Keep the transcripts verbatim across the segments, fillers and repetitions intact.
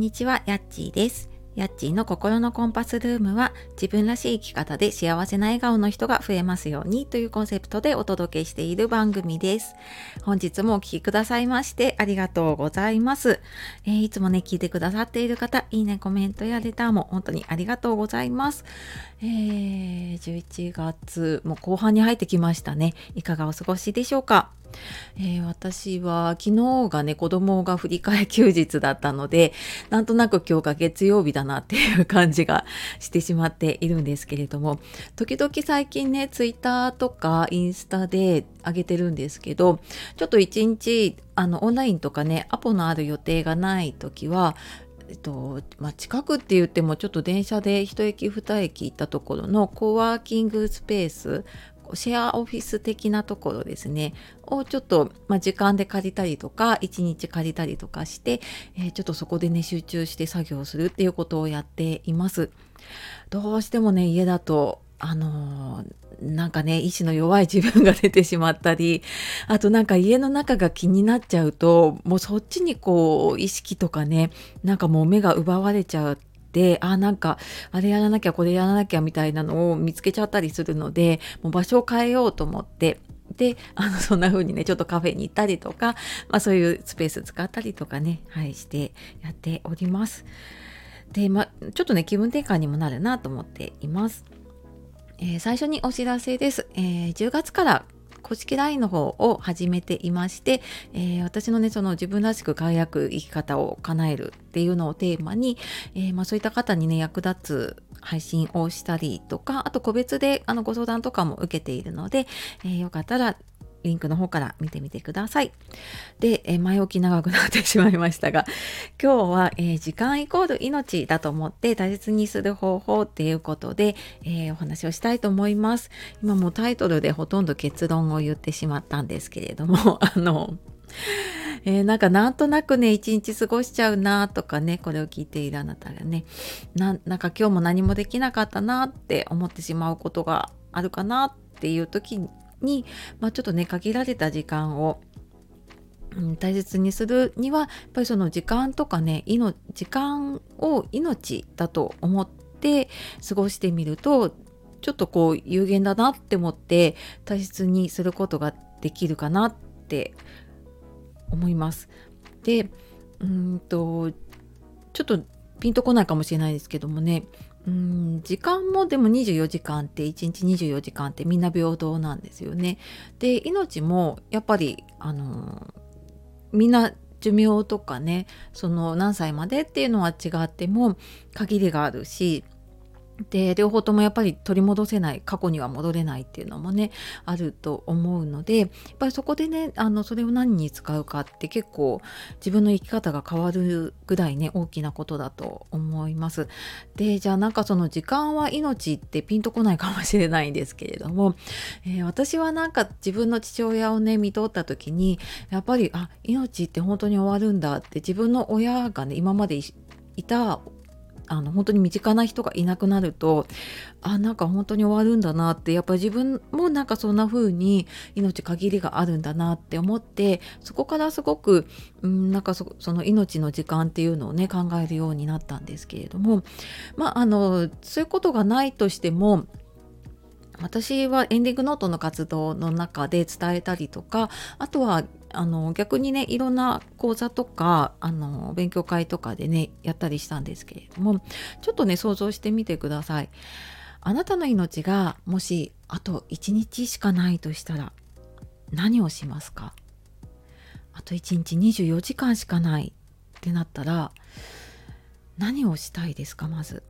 にちは、やっちーです。やっちーの心のコンパスルームは、自分らしい生き方で幸せな笑顔の人が増えますようにというコンセプトでお届けしている番組です。本日もお聞きくださいましてありがとうございます。えー、いつもね聞いてくださっている方、いいね、コメントやレターも本当にありがとうございます。えー、じゅういちがつも後半に入ってきましたね。いかがお過ごしでしょうか。えー、私は昨日がね子供が振り替え休日だったので、なんとなく今日が月曜日だなっていう感じがしてしまっているんですけれども、時々最近ねツイッターとかインスタで上げてるんですけど、ちょっと一日あのオンラインとかねアポのある予定がない時はえっとまあ、近くって言ってもちょっと電車で一駅二駅行ったところのコワーキングスペース、シェアオフィス的なところですねをちょっと、まあ、時間で借りたりとか一日借りたりとかして、えー、ちょっとそこでね集中して作業するっていうことをやっています。どうしてもね家だとあのーなんかね意志の弱い自分が出てしまったり、あとなんか家の中が気になっちゃうともうそっちにこう意識とかね、なんかもう目が奪われちゃうで、あなんかあれやらなきゃこれやらなきゃみたいなのを見つけちゃったりするので、もう場所を変えようと思って、であのそんな風にねちょっとカフェに行ったりとか、まあ、そういうスペース使ったりとかね、はい、してやっております。で、まあ、ちょっとね気分転換にもなるなと思っています。えー最初にお知らせです。えーじゅうがつから公式 ライン の方を始めていまして、えー私のねその自分らしく輝く生き方を叶えるっていうのをテーマに、えーまあ、そういった方にね役立つ配信をしたりとか、あと個別であのご相談とかも受けているので、えーよかったらリンクの方から見てみてください。で、えー前置き長くなってしまいましたが、今日は、えー時間イコール命だと思って大切にする方法っていうことで、えーお話をしたいと思います。今もうタイトルでほとんど結論を言ってしまったんですけれども、あの、えーなんかなんとなくね一日過ごしちゃうなとかね、これを聞いているあなたがね、ななんか今日も何もできなかったなって思ってしまうことがあるかなっていう時に、まあ、ちょっとね限られた時間をうん、大切にするにはやっぱりその時間とかね、命時間を命だと思って過ごしてみると、ちょっとこう有限だなって思って大切にすることができるかなって思います。で、うーんとちょっとピンとこないかもしれないですけどもね、うーん時間もでもにじゅうよじかんっていちにちにじゅうよじかんってみんな平等なんですよね。で、命もやっぱりあのみんな寿命とかね、その何歳までっていうのは違っても限りがあるし、で両方ともやっぱり取り戻せない、過去には戻れないっていうのもねあると思うので、やっぱりそこでねあのそれを何に使うかって結構自分の生き方が変わるぐらいね大きなことだと思います。で、じゃあなんかその時間は命ってピンとこないかもしれないんですけれども、えー私はなんか自分の父親をね見とった時に、やっぱりあ命って本当に終わるんだって、自分の親がね今までいいたあの本当に身近な人がいなくなると、あなんか本当に終わるんだなって、やっぱり自分もなんかそんな風に命限りがあるんだなって思って、そこからすごく、うん、なんか そ, その命の時間っていうのをね考えるようになったんですけれども、まああのそういうことがないとしても、私はエンディングノートの活動の中で伝えたりとか、あとはあの逆にねいろんな講座とかあの勉強会とかでねやったりしたんですけれども、ちょっとね想像してみてください。あなたの命がもしあといちにちしかないとしたら何をしますか？あといちにちにじゅうよじかんしかないってなったら何をしたいですか？まず、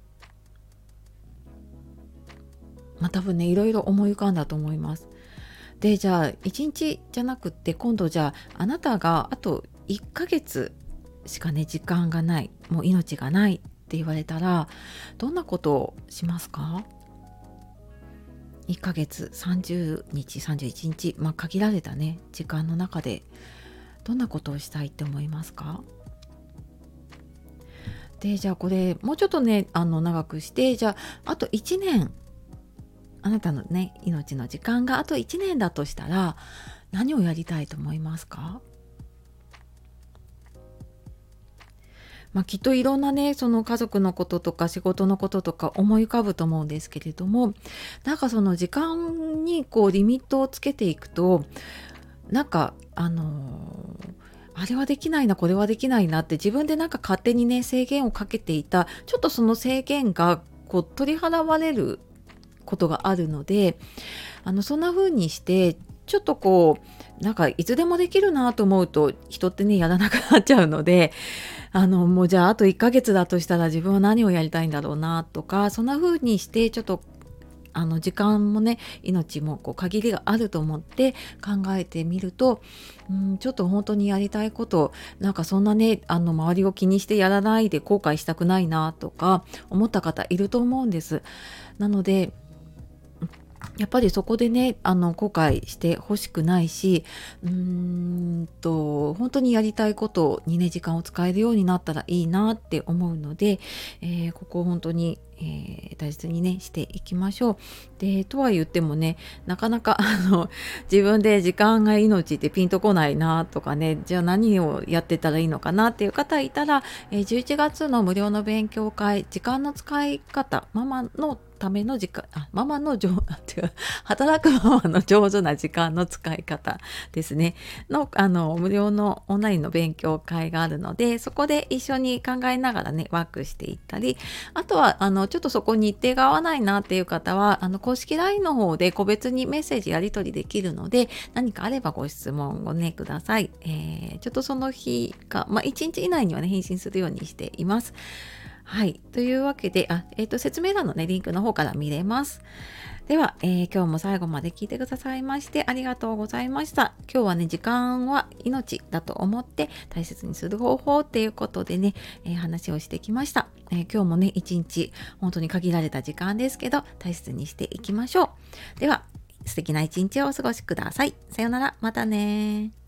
まあ、多分ねいろいろ思い浮かんだと思います。で、じゃあいちにちじゃなくって、今度じゃああなたがあといっかげつしかね時間がない、もう命がないって言われたらどんなことをしますか？いっかげつ、さんじゅうにち、さんじゅういちにち、まあ限られたね時間の中でどんなことをしたいって思いますか？で、じゃあこれもうちょっとねあの長くして、じゃああといちねん、あなたのね命の時間があといちねんだとしたら何をやりたいと思いますか？ まあ、きっといろんなね、その家族のこととか仕事のこととか思い浮かぶと思うんですけれども、なんかその時間にこうリミットをつけていくと、なんかあのーあれはできないな、これはできないなって自分でなんか勝手にね制限をかけていた、ちょっとその制限がこう取り払われることがあるので、あのそんな風にしてちょっとこうなんかいつでもできるなと思うと人ってねやらなくなっちゃうので、あのもうじゃああといっかげつだとしたら自分は何をやりたいんだろうなとか、そんな風にしてちょっとあの時間もね命もこう限りがあると思って考えてみると、うん、ちょっと本当にやりたいことなんかそんなねあの周りを気にしてやらないで後悔したくないなとか思った方いると思うんです。なのでやっぱりそこでねあの後悔してほしくないし、うーんと本当にやりたいことにね時間を使えるようになったらいいなって思うので、えーここを本当に、えー大切にねしていきましょう。でとは言ってもねなかなかあの自分で時間が命ってピンとこないなとかね、じゃあ何をやってたらいいのかなっていう方いたら、えーじゅういちがつの無料の勉強会時間の使い方ママのための時間あママの上っていう働くママの上手な時間の使い方ですねのあの無料のオンラインの勉強会があるので、そこで一緒に考えながらねワークしていったり、あとはあのちょっとそこ日程が合わないなっていう方はあの公式 ライン の方で個別にメッセージやり取りできるので、何かあればご質問をねください。えー、ちょっとその日か、まあ、いちにち以内にはね返信するようにしています。はい。というわけで、あ、えっと、説明欄のね、リンクの方から見れます。では、えー今日も最後まで聞いてくださいましてありがとうございました。今日はね、時間は命だと思って大切にする方法っていうことでね、えー話をしてきました。えー今日もね、一日本当に限られた時間ですけど、大切にしていきましょう。では、素敵な一日をお過ごしください。さようなら、またね。